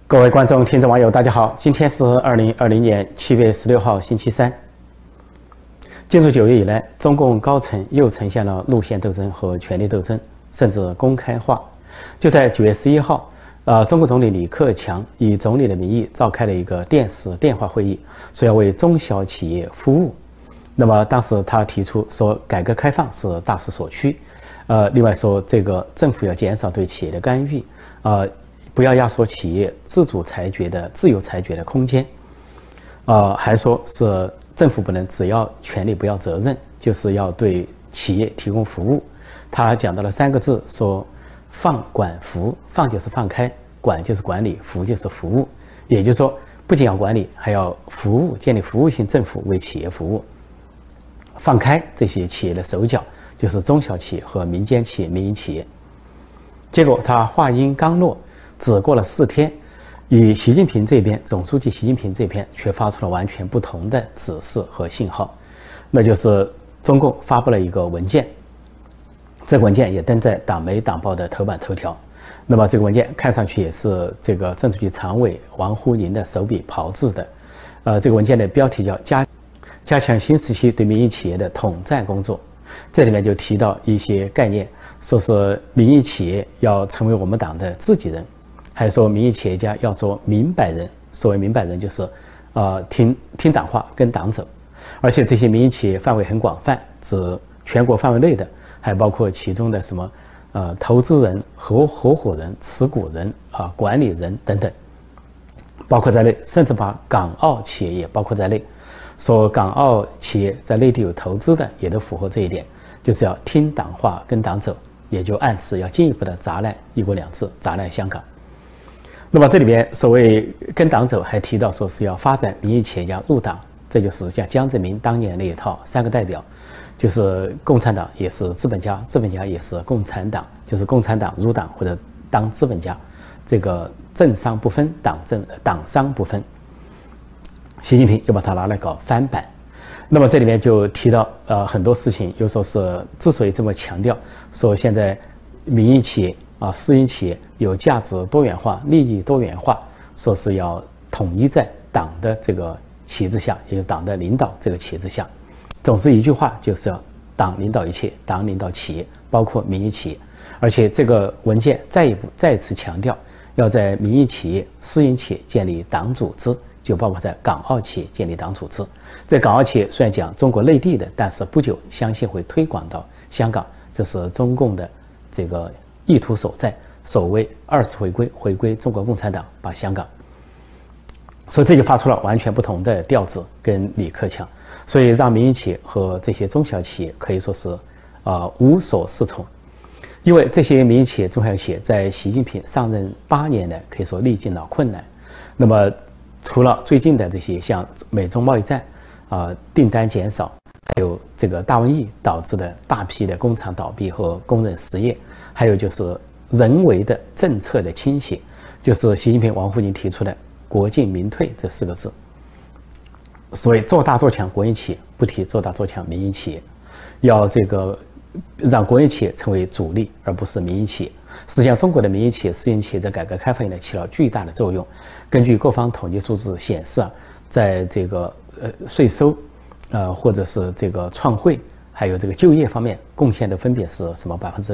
各位观众、听众、网友，大家好！今天是2020年7月16号，星期三。进入9月以来，中共高层又呈现了路线斗争和权力斗争，甚至公开化。就在9月11号，中国总理李克强以总理的名义召开了一个电视电话会议，说要为中小企业服务。那么当时他提出说，改革开放是大势所趋，另外说这个政府要减少对企业的干预，不要压缩企业自由裁决的空间，还说是政府不能只要权利不要责任，就是要对企业提供服务。他讲到了3个字，说放管服，放就是放开，管就是管理，服就是服务。也就是说，不仅要管理，还要服务，建立服务性政府为企业服务，放开这些企业的手脚，就是中小企业和民间企业、民营企业。结果他话音刚落，只过了4天，以习近平这边，总书记习近平这边却发出了完全不同的指示和信号，那就是中共发布了一个文件，这个文件也登在党媒党报的头版头条。那么这个文件看上去也是这个政治局常委王沪宁的手笔炮制的。这个文件的标题叫加强新时期对民营企业的统战工作。这里面就提到一些概念，说是民营企业要成为我们党的自己人。还说民营企业家要做明白人，所谓明白人就是，听党话，跟党走。而且这些民营企业范围很广泛，指全国范围内的，还包括其中的什么，投资人、合伙人、持股人管理人等等，包括在内，甚至把港澳企业也包括在内。说港澳企业在内地有投资的，也都符合这一点，就是要听党话，跟党走，也就暗示要进一步的砸烂一国两制，砸烂香港。那么这里边所谓跟党走，还提到说是要发展民营企业家入党，这就是像江泽民当年那一套3个代表，就是共产党也是资本家，资本家也是共产党，就是共产党入党或者当资本家，这个政商不分，党商不分。习近平又把它拿来搞翻版。那么这里面就提到很多事情，又说是之所以这么强调，说现在民营企业私营企业有价值多元化、利益多元化，说是要统一在党的这个旗帜下，也就是党的领导这个旗帜下。总之一句话，就是要党领导一切，党领导企业，包括民营企业。而且这个文件再次强调，要在民营企业、私营企业建立党组织，就包括在港澳企业建立党组织。在港澳企业虽然讲中国内地的，但是不久相信会推广到香港，这是中共的这个意图所在，所谓2次回归中国共产党，把香港。所以这就发出了完全不同的调子跟李克强，所以让民营企业和这些中小企业可以说是无所适从。因为这些民营企业、中小企业在习近平上任8年来，可以说历尽了困难。那么除了最近的这些像美中贸易战订单减少，还有这个大瘟疫导致的大批的工厂倒闭和工人失业，还有就是人为的政策的倾斜，就是习近平、王沪宁提出的国进民退这4个字。所以做大做强国营企业，不提做大做强民营企业，要这个让国营企业成为主力，而不是民营企业。实际上，中国的民营企业、私营企业在改革开放以来起了巨大的作用。根据各方统计数字显示在这个税收或者是这个创汇，还有这个就业方面贡献的分别是什么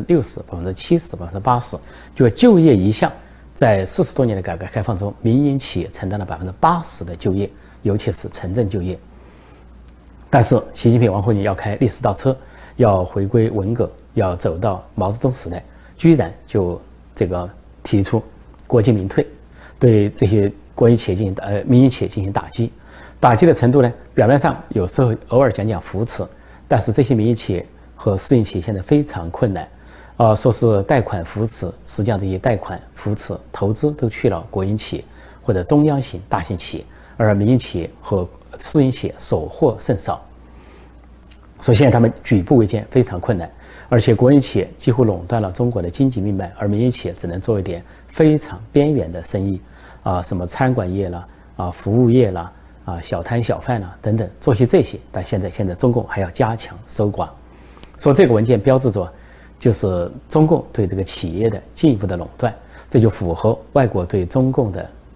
60%、70%、80%。就业一项，在40多年的改革开放中，民营企业承担了80%的就业，尤其是城镇就业。但是习近平、王沪宁要开历史倒车，要回归文革，要走到毛泽东时代，居然就这个提出国进民退，对这些国营企业民营企业进行打击。打击的程度呢，表面上有时候偶尔讲扶持，但是这些民营企业和私营企业现在非常困难，说是贷款扶持，实际上这些贷款扶持投资都去了国营企业或者中央型大型企业，而民营企业和私营企业所获甚少。所以现在他们举步维艰，非常困难。而且国营企业几乎垄断了中国的经济命脉，而民营企业只能做一点非常边缘的生意什么餐馆业啦服务业啦小摊小贩啦等等，做些这些。但现在中共还要加强收刮。说这个文件标志着就是中共对这个企业的进一步的垄断，这就符合外国对中共的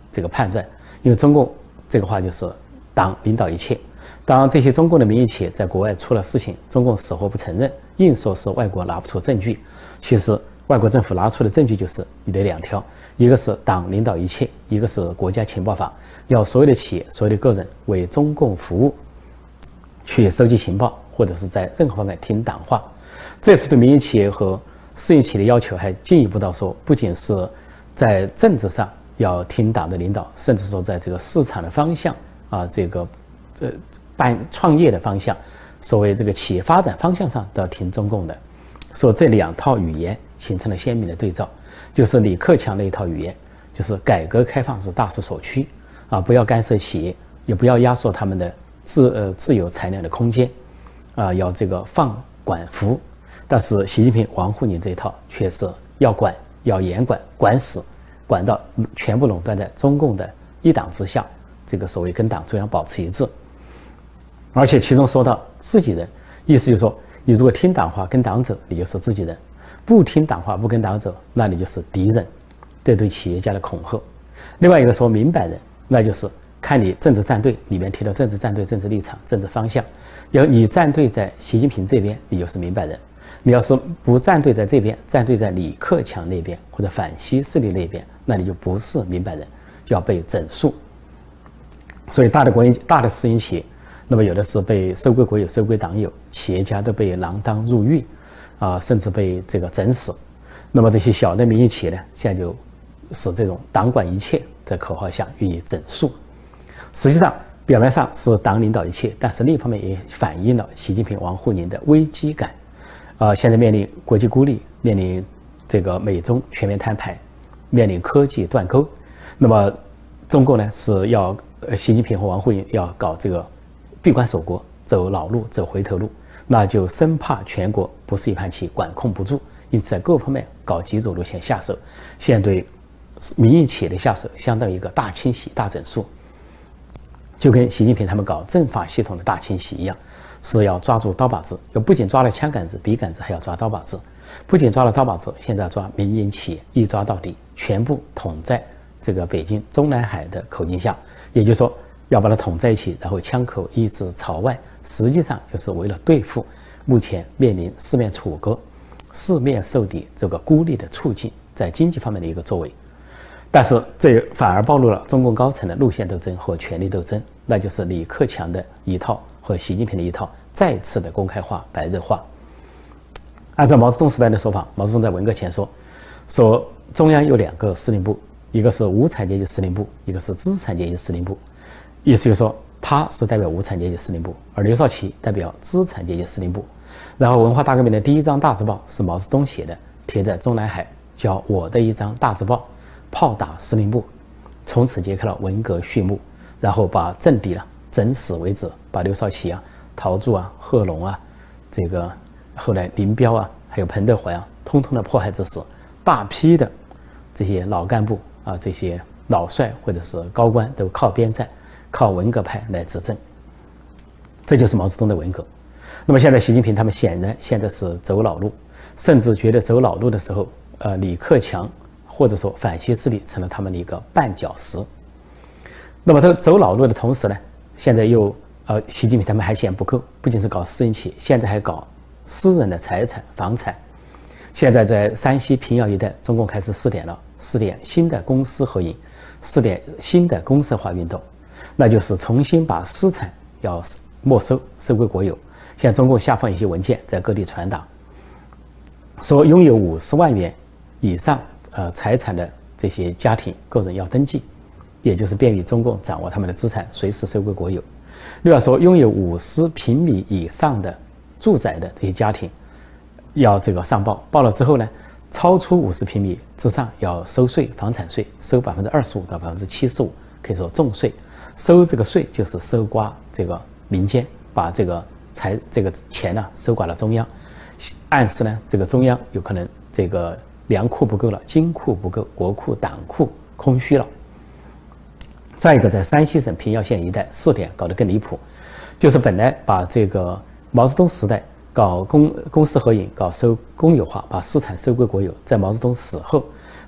这个判断，因为中共这个话就是党领导一切。当这些中共的民营企业在国外出了事情，中共死活不承认，硬说是外国拿不出证据。其实外国政府拿出的证据就是你的两条，一个是党领导一切，一个是国家情报法，要所有的企业、所有的个人为中共服务，去收集情报，或者是在任何方面听党话。这次对民营企业和私营企业的要求还进一步到说，不仅是在政治上要听党的领导，甚至说在这个市场的方向啊，这个创业的方向，所谓这个企业发展方向上都要听中共的。说这两套语言形成了鲜明的对照，就是李克强的一套语言，就是改革开放是大势所趋啊，不要干涉企业，也不要压缩他们的自由裁量的空间啊，要这个放管服。但是习近平、王沪宁这一套却是要管，要严管，管死，管到全部垄断在中共的一党之下，这个所谓跟党中央保持一致。而且其中说到自己人，意思就是说，你如果听党话跟党走，你就是自己人；不听党话不跟党走，那你就是敌人。这对企业家的恐吓。另外一个说明白人，那就是看你政治站队里面提到政治站队、政治立场、政治方向。要你站队在习近平这边，你就是明白人；你要是不站队在这边，站队在李克强那边或者反西势力那边，那你就不是明白人，就要被整肃。所以大的私营企业，那么有的是被收归国有、收归党有，企业家都被锒铛入狱，甚至被这个整死。那么这些小的民营企业呢，现在就使这种党管一切的口号下予以整肃。实际上，表面上是党领导一切，但是另一方面也反映了习近平、王沪宁的危机感。现在面临国际孤立，面临这个美中全面摊牌，面临科技断钩。那么中共呢是要习近平和王沪宁要搞这个闭关锁国，走老路，走回头路，那就生怕全国不是一盘棋，管控不住，因此在各方面搞几种路线下手。现在对民营企业的下手，相当于一个大清洗、大整肃，就跟习近平他们搞政法系统的大清洗一样，是要抓住刀把子，又不仅抓了枪杆子、笔杆子，还要抓刀把子。不仅抓了刀把子，现在要抓民营企业，一抓到底，全部统在这个北京中南海的口径下，也就是说，要把它统在一起，然后枪口一直朝外，实际上就是为了对付目前面临四面楚歌、四面受敌这个孤立的处境，在经济方面的一个作为。但是这反而暴露了中共高层的路线斗争和权力斗争，那就是李克强的一套和习近平的一套再次的公开化、白热化。按照毛泽东时代的说法，毛泽东在文革前说中央有2个司令部，一个是无产阶级司令部，一个是资产阶级司令部。意思就是说，他是代表无产阶级司令部，而刘少奇代表资产阶级司令部。然后文化大革命的第一张大字报是毛泽东写的，贴在中南海，叫我的一张大字报，炮打司令部，从此揭开了文革序幕。然后把政敌整死为止，把刘少奇陶铸贺龙这个后来林彪还有彭德怀通通的迫害致死，大批的这些老干部这些老帅或者是高官都靠边站，靠文革派来执政。这就是毛泽东的文革。那么现在习近平他们显然现在是走老路，甚至觉得走老路的时候，李克强或者说反西势力成了他们的一个绊脚石。那么这个走老路的同时呢，现在又习近平他们还嫌不够，不仅是搞私营企业，现在还搞私人的财产、房产。现在在山西平遥一带，中共开始试点新的公私合营，试点新的公社化运动，那就是重新把私产要没收，收归国有。现在中共下放一些文件在各地传达，说拥有50万元以上财产的这些家庭个人要登记，也就是便于中共掌握他们的资产，随时收归国有。另外说，拥有50平米以上的住宅的这些家庭要这个上报，报了之后呢，超出50平米之上要收税，房产税收25%到75%，可以说重税。收这个税就是收刮这个民间，把这个钱收刮到中央，暗示呢这个中央有可能这个粮库不够了，金库不够，国库、党库空虚了。再一个，在山西省平遥县一带试点搞得更离谱，就是本来把这个毛泽东时代搞公私合营，搞收公有化，把私产收归国有，在毛泽东死后，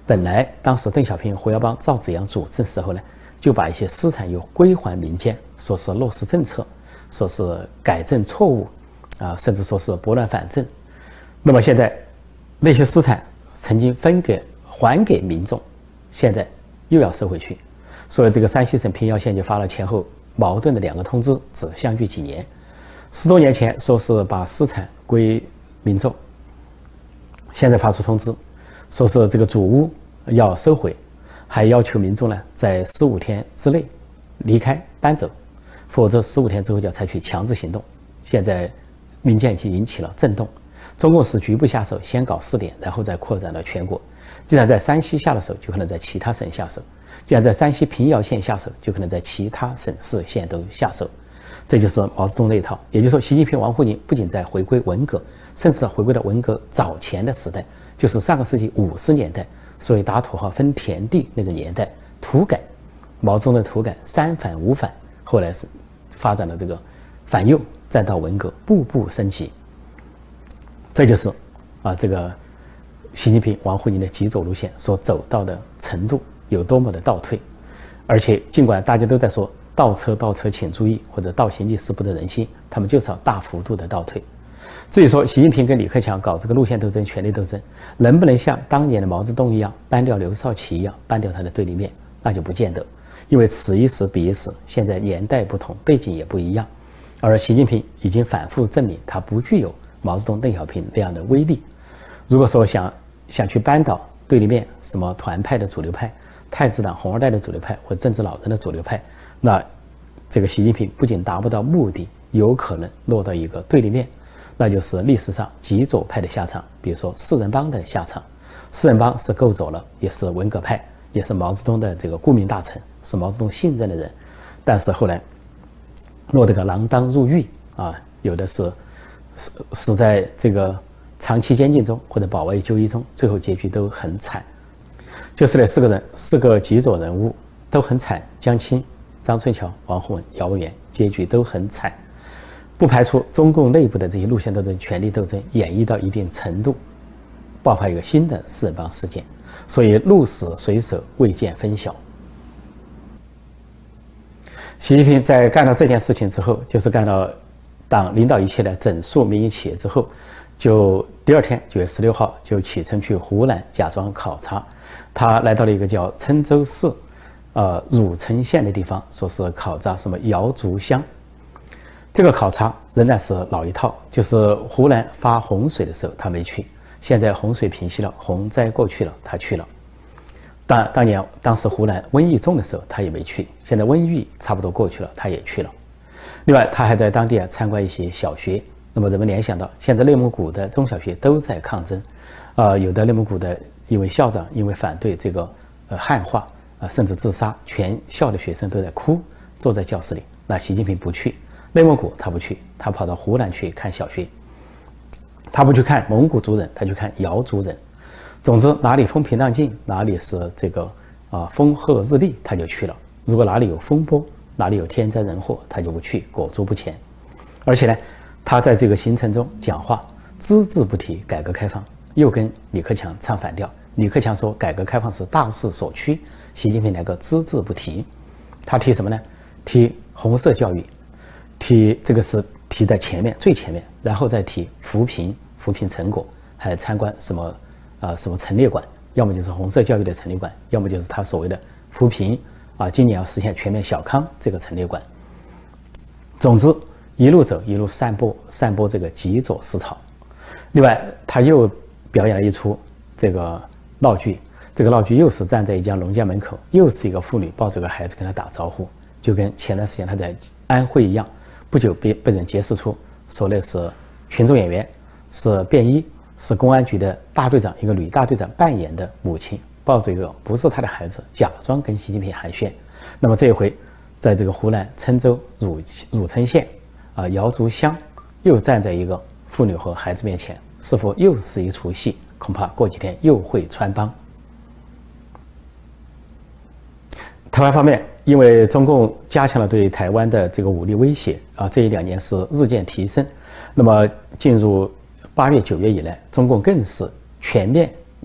本来当时邓小平、胡耀邦、赵紫阳主政时候呢，就把一些私产又归还民间，说是落实政策，说是改正错误，甚至说是拨乱反正。那么现在那些私产曾经还给民众，现在又要收回去，所以这个山西省平遥县就发了前后矛盾的2个通知，只相距几年。10多年前说是把私产归民众，现在发出通知，说是这个祖屋要收回，还要求民众呢在15天之内离开搬走，否则15天之后就要采取强制行动。现在民间已经引起了震动，中共是局部下手，先搞试点，然后再扩展到全国。既然在山西下了手，就可能在其他省下手；既然在山西平遥县下手，就可能在其他省市县都下手。这就是毛泽东那一套。也就是说，习近平、王沪宁不仅在回归文革，甚至到回归到文革早前的时代，就是上个世纪50年代，所谓打土豪分田地那个年代，土改，毛泽东的土改三反五反，后来是发展了这个反右，再到文革，步步升级。这就是这个习近平、王沪宁的极左路线所走到的程度有多么的倒退。而且尽管大家都在说倒车请注意，或者倒行逆施不得人心，他们就是要大幅度的倒退。至于说习近平跟李克强搞这个路线斗争、权力斗争，能不能像当年的毛泽东一样搬掉刘少奇一样搬掉他的对立面，那就不见得，因为此一时彼一时，现在年代不同，背景也不一样。而习近平已经反复证明他不具有毛泽东、邓小平那样的威力。如果说想去扳倒对立面，什么团派的主流派、太子党红二代的主流派或政治老人的主流派，那这个习近平不仅达不到目的，有可能落到一个对立面，那就是历史上极左派的下场，比如说四人帮的下场。四人帮是够左了，也是文革派，也是毛泽东的这个顾命大臣，是毛泽东信任的人，但是后来落得个锒铛入狱有的是死在这个长期监禁中或者保外就医中，最后结局都很惨。就是那四个极左人物都很惨，江青、张春桥、王洪文、姚文元结局都很惨。不排除中共内部的这些路线斗争、权力斗争演绎到一定程度，爆发一个新的四人帮事件。所以鹿死谁手，未见分晓。习近平在干到这件事情之后，就是干到党领导一切的整肃民营企业之后，就第2天9月16号就启程去湖南假装考察。他来到了一个叫郴州市汝城县的地方，说是考察什么瑶族乡。这个考察仍然是老一套，就是湖南发洪水的时候他没去，现在洪水平息了，洪灾过去了，他去了。当时湖南瘟疫重的时候他也没去，现在瘟疫差不多过去了，他也去了。另外他还在当地参观一些小学。那么人们联想到，现在内蒙古的中小学都在抗争，有的内蒙古的因为校长因为反对这个汉化甚至自杀，全校的学生都在哭，坐在教室里。那习近平不去内蒙古，他不去，他跑到湖南去看小学。他不去看蒙古族人，他去看瑶族人。总之哪里风平浪静，哪里是这个风和日丽，他就去了。如果哪里有风波，哪里有天灾人祸，他就不去，裹足不前。而且呢，他在这个行程中讲话只字不提改革开放，又跟李克强唱反调。李克强说改革开放是大势所趋，习近平来个只字不提。他提什么呢？提红色教育，提这个是提在前面最前面，然后再提扶贫成果，还参观什么陈列馆，要么就是红色教育的陈列馆，要么就是他所谓的扶贫今年要实现全面小康这个陈列馆。总之一路走一路散播这个极左思潮。另外他又表演了一出这个闹剧，这个闹剧又是站在一家农家门口，又是一个妇女抱着个孩子跟他打招呼，就跟前段时间他在安徽一样，不久被人揭示出说的是群众演员，是便衣，是公安局的大队长，一个女大队长扮演的母亲，抱着一个不是他的孩子，假装跟习近平寒暄。那么这一回在这个湖南郴州汝城县瑶族乡，又站在一个妇女和孩子面前，是否又是一出戏？恐怕过几天又会穿帮。台湾方面，因为中共加强了对台湾的这个武力威胁这1-2年是日渐提升。那么进入8月、9月以来，中共更是全面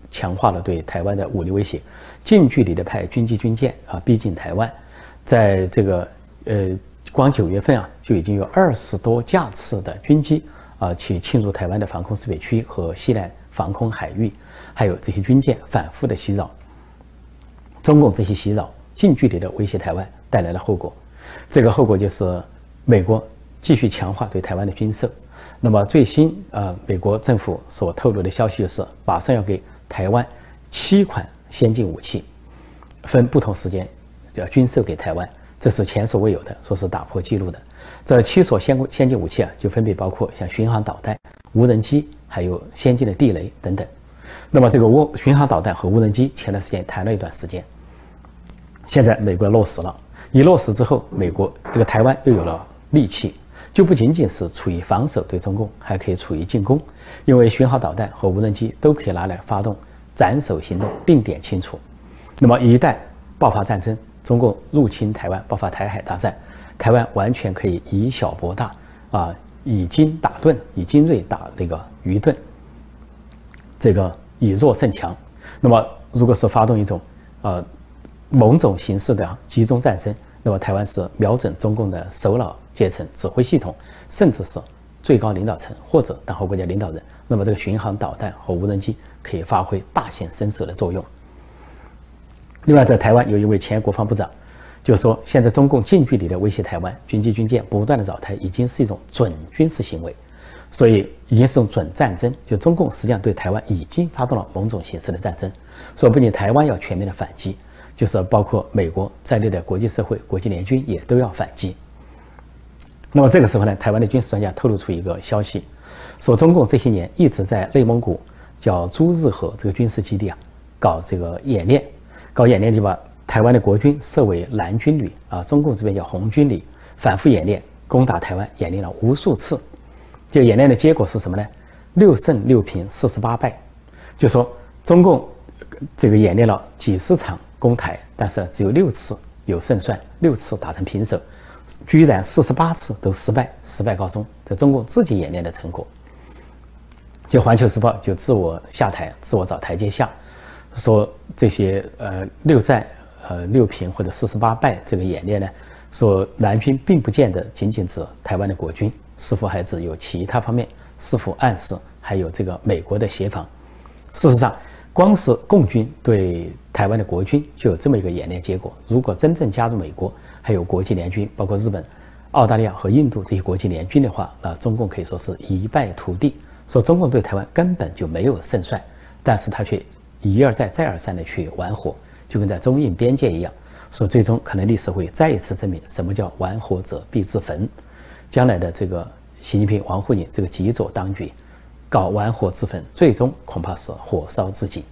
强化了对台湾的武力威胁，近距离的派军机军舰逼近台湾，在这个光9月份就已经有20多架次的军机去侵入台湾的防空识别区和西南防空海域，还有这些军舰反复的袭扰。中共这些袭扰近距离的威胁台湾带来了后果，这个后果就是美国继续强化对台湾的军售。那么最新美国政府所透露的消息就是马上要给台湾7款先进武器，分不同时间要军售给台湾，这是前所未有的，说是打破纪录的。这7所先进武器就分别包括像巡航导弹、无人机，还有先进的地雷等等。那么这个巡航导弹和无人机前段时间谈了一段时间，现在美国落实了，一落实之后，美国这个台湾又有了利器。就不仅仅是处于防守对中共，还可以处于进攻，因为巡航导弹和无人机都可以拿来发动斩首行动，并点清除。那么一旦爆发战争，中共入侵台湾，爆发台海大战，台湾完全可以以小博大以精打钝，以精锐打这个愚钝，这个以弱胜强。那么如果是发动一种某种形式的集中战争，那么台湾是瞄准中共的首脑阶层、指挥系统，甚至是最高领导层或者党和国家领导人，那么这个巡航导弹和无人机可以发挥大显身手的作用。另外，在台湾有一位前国防部长就说，现在中共近距离的威胁台湾，军机军舰不断的扰台，已经是一种准军事行为，所以已经是一种准战争。就中共实际上对台湾已经发动了某种形式的战争，所以不仅台湾要全面的反击，就是包括美国在内的国际社会、国际联军也都要反击。那么这个时候呢，台湾的军事专家透露出一个消息，说中共这些年一直在内蒙古叫朱日和这个军事基地搞这个演练，就把台湾的国军设为蓝军旅中共这边叫红军旅，反复演练攻打台湾，演练了无数次。这个演练的结果是什么呢？6胜6平48败，就说中共这个演练了几十场攻台，但是只有6次有胜算，6次打成平手，居然48次都失败告终，这中共自己演练的成果。就《环球时报》就自我下台，自我找台阶下，说这些6战6平或者48败这个演练呢，说蓝军并不见得仅仅指台湾的国军，似乎还指有其他方面，似乎暗示还有这个美国的协防。事实上，光是共军对台湾的国军就有这么一个演练结果，如果真正加入美国还有国际联军，包括日本、澳大利亚和印度这些国际联军的话，那中共可以说是一败涂地。说中共对台湾根本就没有胜算，但是他却一而再再而三的去玩火，就跟在中印边界一样。说最终可能历史会再一次证明什么叫玩火者必自焚。将来的这个习近平、王沪宁这个极左当局搞玩火自焚，最终恐怕是火烧自己。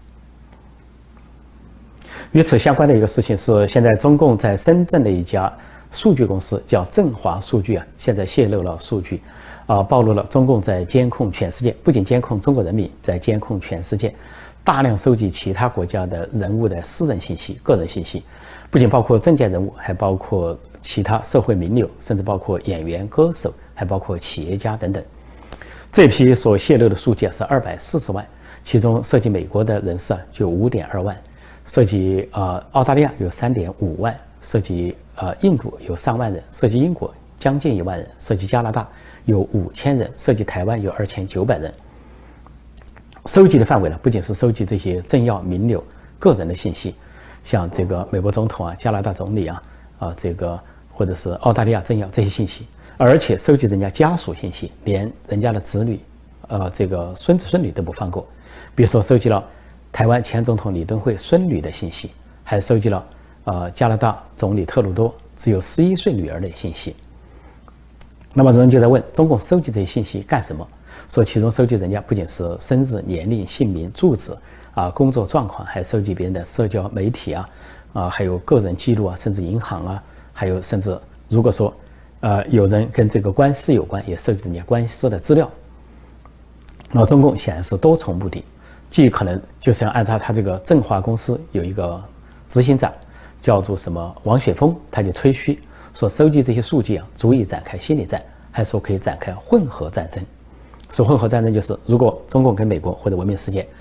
与此相关的一个事情是，现在中共在深圳的一家数据公司叫振华数据现在泄露了数据，暴露了中共在监控全世界，不仅监控中国人民，在监控全世界，大量收集其他国家的人物的私人信息、个人信息，不仅包括政界人物，还包括其他社会名流，甚至包括演员、歌手，还包括企业家等等。这批所泄露的数据是240万，其中涉及美国的人士就5.2万，涉及澳大利亚有3.5万，涉及印度有3万人，涉及英国将近1万人，涉及加拿大有5000人，涉及台湾有2900人。收集的范围呢，不仅是收集这些政要名流个人的信息，像这个美国总统加拿大总理这个或者是澳大利亚政要这些信息，而且收集人家家属信息，连人家的子女这个孙子孙女都不放过。比如说收集了台湾前总统李登辉孙女的信息，还收集了加拿大总理特鲁多只有11岁女儿的信息。那么有人就在问，中共收集这些信息干什么？说其中收集人家不仅是生日、年龄、姓名、住址工作状况，还收集别人的社交媒体还有个人记录甚至银行还有甚至如果说有人跟这个官司有关，也收集人家官司的资料。那中共显然是多重目的，既可能就是要按照他这个振华公司有一个执行长叫做什么王雪峰，他就吹嘘说收集这些数据足以展开心理战，还说可以展开混合战争。说混合战争就是如果中共跟美国或者文明世界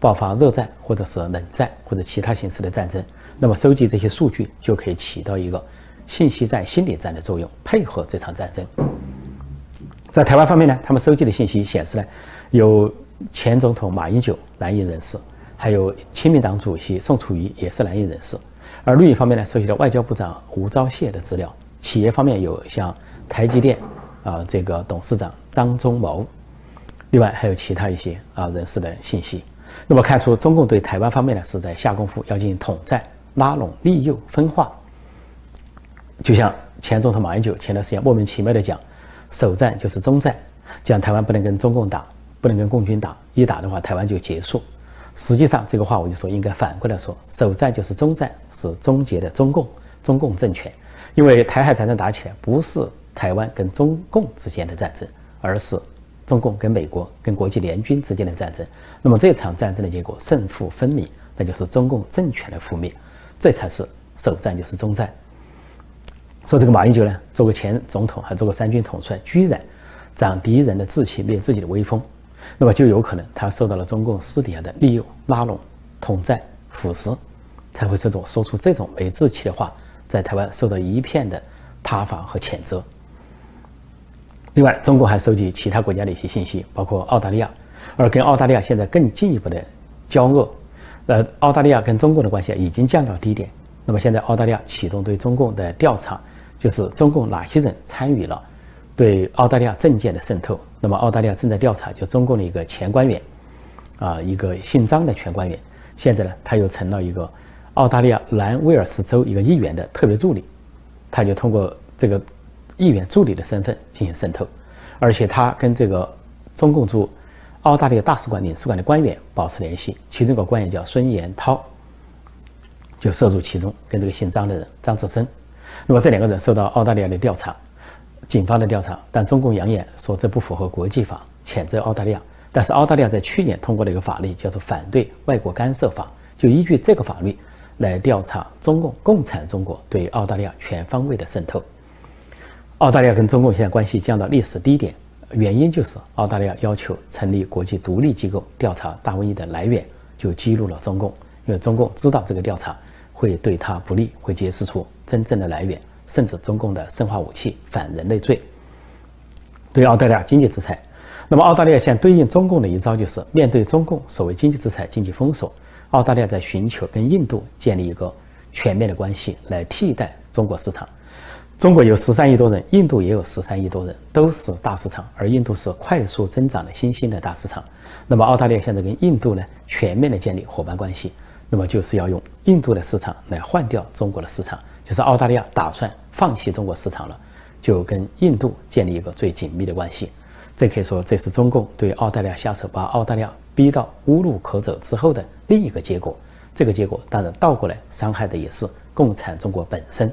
爆发热战或者是冷战或者其他形式的战争，那么收集这些数据就可以起到一个信息战、心理战的作用，配合这场战争。在台湾方面呢，他们收集的信息显示呢，有前总统马英九蓝营人士，还有亲民党主席宋楚瑜也是蓝营人士。而绿营方面呢，收集了外交部长吴钊燮的资料。企业方面有像台积电这个董事长张忠谋，另外还有其他一些人士的信息。那么看出中共对台湾方面呢是在下功夫，要进行统战、拉拢、利诱、分化。就像前总统马英九前段时间莫名其妙的讲，首战就是中战，讲台湾不能跟中共打，不能跟共军打，一打的话台湾就结束。实际上这个话我就说应该反过来说，首战就是中战，是终结的中共政权。因为台海战争打起来不是台湾跟中共之间的战争，而是中共跟美国跟国际联军之间的战争。那么这场战争的结果胜负分明，那就是中共政权的覆灭，这才是首战就是中战。说这个马英九呢，做过前总统，还做过三军统帅，居然长敌人的志气，灭自己的威风，那么就有可能他受到了中共私底下的利诱、拉拢、统战、腐蚀，才会说出这种没志气的话，在台湾受到一片的挞伐和谴责。另外，中国还收集其他国家的一些信息，包括澳大利亚，而跟澳大利亚现在更进一步的交恶。澳大利亚跟中共的关系已经降到低点。那么现在澳大利亚启动对中共的调查，就是中共哪些人参与了对澳大利亚政见的渗透。那么澳大利亚正在调查，就中共的一个前官员，一个姓张的前官员，现在呢他又成了一个澳大利亚南威尔士州一个议员的特别助理，他就通过这个议员助理的身份进行渗透，而且他跟这个中共驻澳大利亚大使馆领事馆的官员保持联系，其中一个官员叫孙延涛，就涉入其中，跟这个姓张的人张志生。那么这两个人受到澳大利亚的调查，警方的调查，但中共扬言说这不符合国际法，谴责澳大利亚。但是澳大利亚在去年通过了一个法律，叫做《反对外国干涉法》，就依据这个法律来调查中共共产中国对澳大利亚全方位的渗透。澳大利亚跟中共现在关系降到历史低点，原因就是澳大利亚要求成立国际独立机构调查大瘟疫的来源，就激怒了中共，因为中共知道这个调查会对他不利，会揭示出真正的来源，甚至中共的生化武器、反人类罪，对澳大利亚经济制裁。那么澳大利亚现在对应中共的一招就是面对中共所谓经济制裁、经济封锁，澳大利亚在寻求跟印度建立一个全面的关系来替代中国市场。中国有13亿多人，印度也有13亿多人，都是大市场，而印度是快速增长的新兴的大市场。那么澳大利亚现在跟印度呢全面的建立伙伴关系，那么就是要用印度的市场来换掉中国的市场，就是澳大利亚打算放弃中国市场了，就跟印度建立一个最紧密的关系。这可以说这是中共对澳大利亚下手，把澳大利亚逼到无路可走之后的另一个结果。这个结果当然倒过来伤害的也是共产中国本身。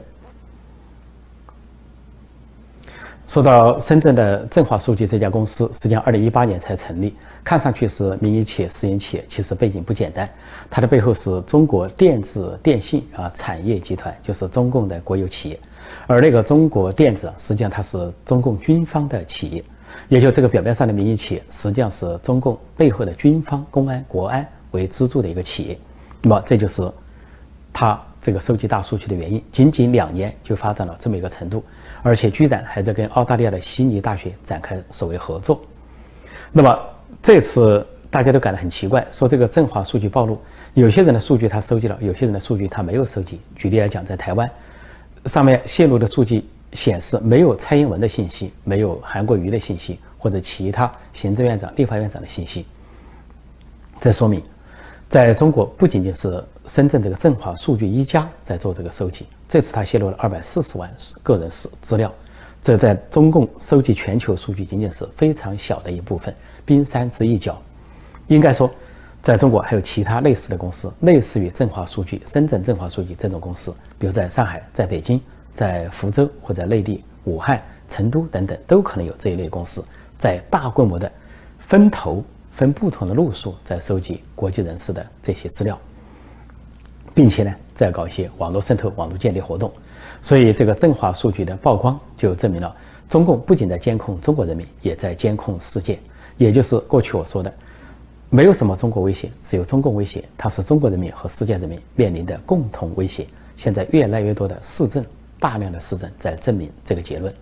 说到深圳的振华数据这家公司，实际上2018年才成立，看上去是民营企业、私营企业，其实背景不简单。它的背后是中国电子电信产业集团，就是中共的国有企业。而那个中国电子实际上它是中共军方的企业，也就这个表面上的民营企业，实际上是中共背后的军方、公安、国安为资助的一个企业。那么这就是它这个收集大数据的原因，仅仅2年就发展了这么一个程度，而且居然还在跟澳大利亚的悉尼大学展开所谓合作。那么这次大家都感到很奇怪，说这个振华数据暴露，有些人的数据他收集了，有些人的数据他没有收集。举例来讲，在台湾上面泄露的数据显示没有蔡英文的信息，没有韩国瑜的信息，或者其他行政院长、立法院长的信息。这说明在中国不仅仅是深圳这个振华数据一家在做这个收集，这次他泄露了240万个人资料，这在中共收集全球数据仅仅是非常小的一部分，冰山之一角。应该说在中国还有其他类似的公司，类似于振华数据、深圳振华数据这种公司，比如在上海、在北京、在福州或者内地武汉、成都等等，都可能有这一类公司在大规模的分不同的路数在收集国际人士的这些资料，并且呢再搞一些网络渗透、网络间谍活动。所以这个振华数据的曝光就证明了中共不仅在监控中国人民，也在监控世界。也就是过去我说的， 没有什么中国威胁，只有中共威胁，它是中国人民和世界人民面临的共同威胁。现在越来越多的市政，大量的市政在证明这个结论。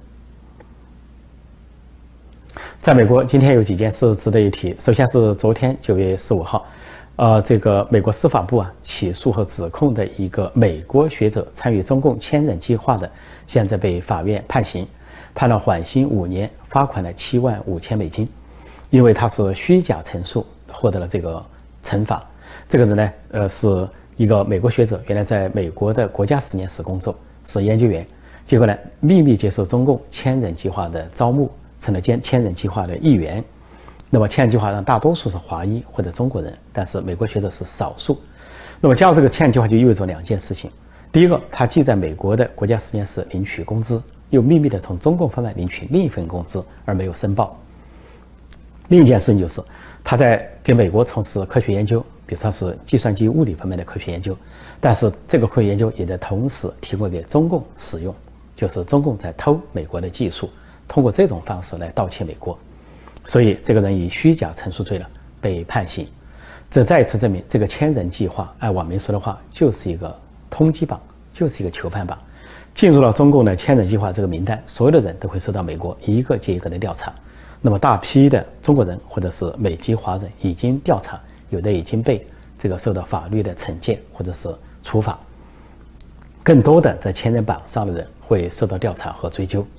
在美国，今天有几件事值得一提。首先是昨天9月15号，这个美国司法部起诉和指控的一个美国学者参与中共千人计划的，现在被法院判刑，判了缓刑5年，罚款了$75,000，因为他是虚假陈述获得了这个惩罚。这个人呢，是一个美国学者，原来在美国的国家实验室工作，是研究员，结果呢秘密接受中共千人计划的招募，成了千人计划的一员。那么千人计划上大多数是华裔或者中国人，但是美国学者是少数。那么加入这个千人计划就意味着2件事情：第一个，他既在美国的国家实验室领取工资，又秘密的从中共方面领取另一份工资而没有申报；另一件事情就是他在给美国从事科学研究，比如说是计算机物理方面的科学研究，但是这个科学研究也在同时提供给中共使用，就是中共在偷美国的技术，通过这种方式来盗窃美国。所以这个人以虚假陈述罪被判刑。这再一次证明，这个千人计划按网民说的话就是一个通缉榜，就是一个囚犯榜。进入了中共的千人计划这个名单，所有的人都会受到美国一个接一个的调查。那么大批的中国人或者是美籍华人已经调查，有的已经被这个受到法律的惩戒或者是处罚，更多的在千人榜上的人会受到调查和追究。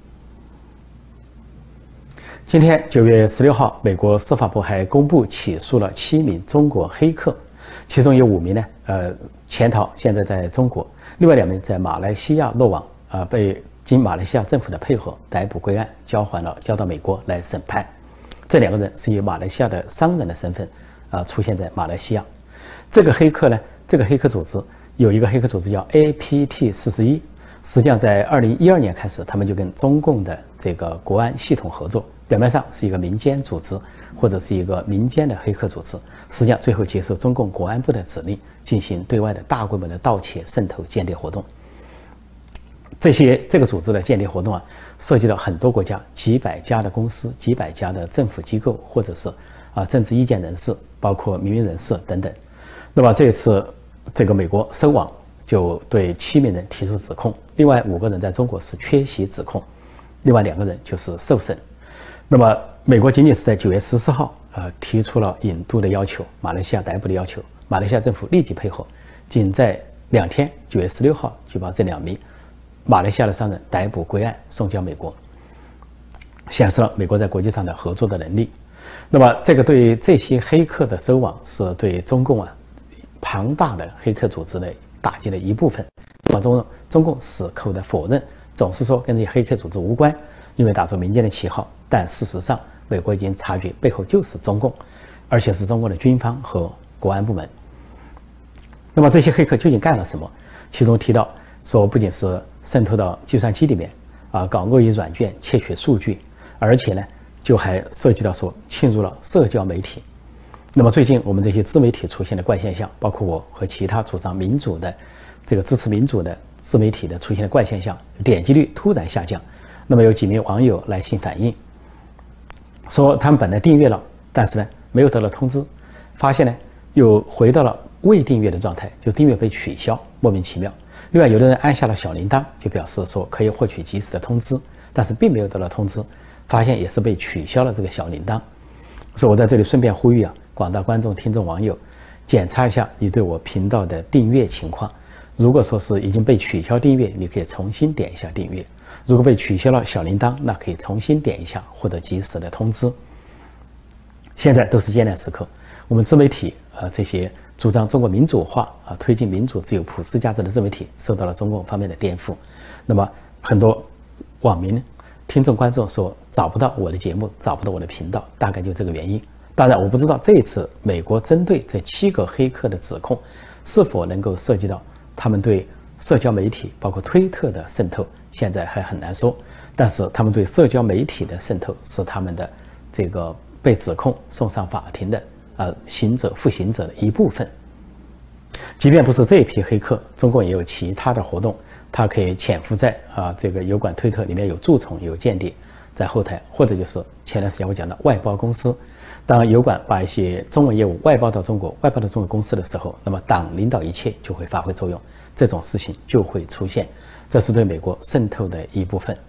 今天9月16号，美国司法部还公布起诉了7名中国黑客，其中有5名呢，潜逃，现在在中国；另外2名在马来西亚落网，被经马来西亚政府的配合逮捕归案，交到美国来审判。这2个人是以马来西亚的商人的身份，出现在马来西亚。这个黑客呢，这个黑客组织有一个黑客组织叫 APT41，实际上在2012年开始，他们就跟中共的这个国安系统合作。表面上是一个民间组织，或者是一个民间的黑客组织，实际上最后接受中共国安部的指令，进行对外的大规模的盗窃、渗透、间谍活动。这个组织的间谍活动涉及到很多国家几百家的公司、几百家的政府机构，或者是政治意见人士，包括民营人士等等。那么这次这个美国收网，就对7名人提出指控，另外5个人在中国是缺席指控，另外2个人就是受审。那么，美国仅仅是在9月14号，提出了引渡的要求，马来西亚逮捕的要求，马来西亚政府立即配合，仅在2天，9月16号就把这2名马来西亚的商人逮捕归案，送交美国，显示了美国在国际上的合作的能力。那么，这个对这些黑客的收网，是对中共庞大的黑客组织的打击的一部分。中共死口的否认，总是说跟这些黑客组织无关，因为打着民间的旗号。但事实上，美国已经察觉背后就是中共，而且是中国的军方和国安部门。那么这些黑客究竟干了什么？其中提到说，不仅是渗透到计算机里面搞恶意软件窃取数据，而且呢，就还涉及到说侵入了社交媒体。那么最近我们这些自媒体出现的怪现象，包括我和其他主张民主的这个支持民主的自媒体的出现的怪现象，点击率突然下降。那么有几名网友来信反映，说他们本来订阅了，但是呢没有得到通知，发现呢又回到了未订阅的状态，就订阅被取消，莫名其妙。另外有的人按下了小铃铛，就表示说可以获取及时的通知，但是并没有得到通知，发现也是被取消了这个小铃铛。所以我在这里顺便呼吁广大观众、听众、网友，检查一下你对我频道的订阅情况。如果说是已经被取消订阅，你可以重新点一下订阅；如果被取消了小铃铛，那可以重新点一下，获得及时的通知。现在都是艰难时刻，我们自媒体这些主张中国民主化推进民主、自由、普世价值的自媒体受到了中共方面的颠覆。那么很多网民、听众、观众说找不到我的节目，找不到我的频道，大概就这个原因。当然，我不知道这一次美国针对这7个黑客的指控是否能够涉及到他们对社交媒体，包括推特的渗透，现在还很难说。但是他们对社交媒体的渗透是他们的这个被指控送上法庭的负刑者的一部分。即便不是这一批黑客，中共也有其他的活动，它可以潜伏在这个油管推特里面有蛀虫、有间谍， 在后台，或者就是前段时间我讲的外包公司。当油管把一些中文业务外包到中国公司的时候，那么党领导一切就会发挥作用，这种事情就会出现，这是对美国渗透的一部分。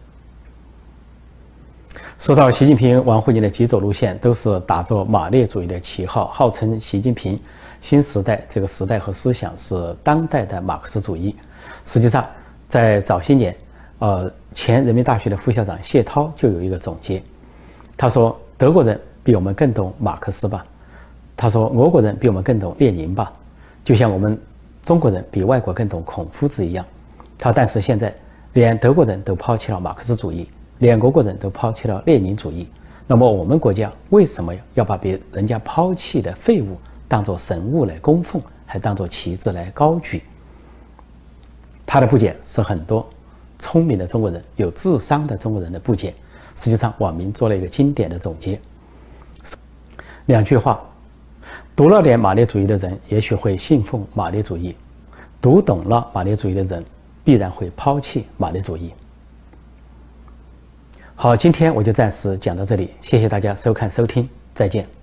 说到习近平、王沪宁的几走路线，都是打着马列主义的旗号，号称习近平新时代这个时代和思想是当代的马克思主义。实际上，在早些年，前人民大学的副校长谢涛就有一个总结，他说：“德国人比我们更懂马克思吧？”他说：“俄国人比我们更懂列宁吧？就像我们中国人比外国更懂孔夫子一样。”他但是现在连德国人都抛弃了马克思主义，连俄国人都抛弃了列宁主义，那么我们国家为什么要把别人家抛弃的废物当作神物来供奉，还当作旗帜来高举？他的不解是很多聪明的中国人、有智商的中国人的不解。实际上，网民做了一个经典的总结，两句话：读了点马列主义的人，也许会信奉马列主义；读懂了马列主义的人，必然会抛弃马列主义。好，今天我就暂时讲到这里，谢谢大家收看收听，再见。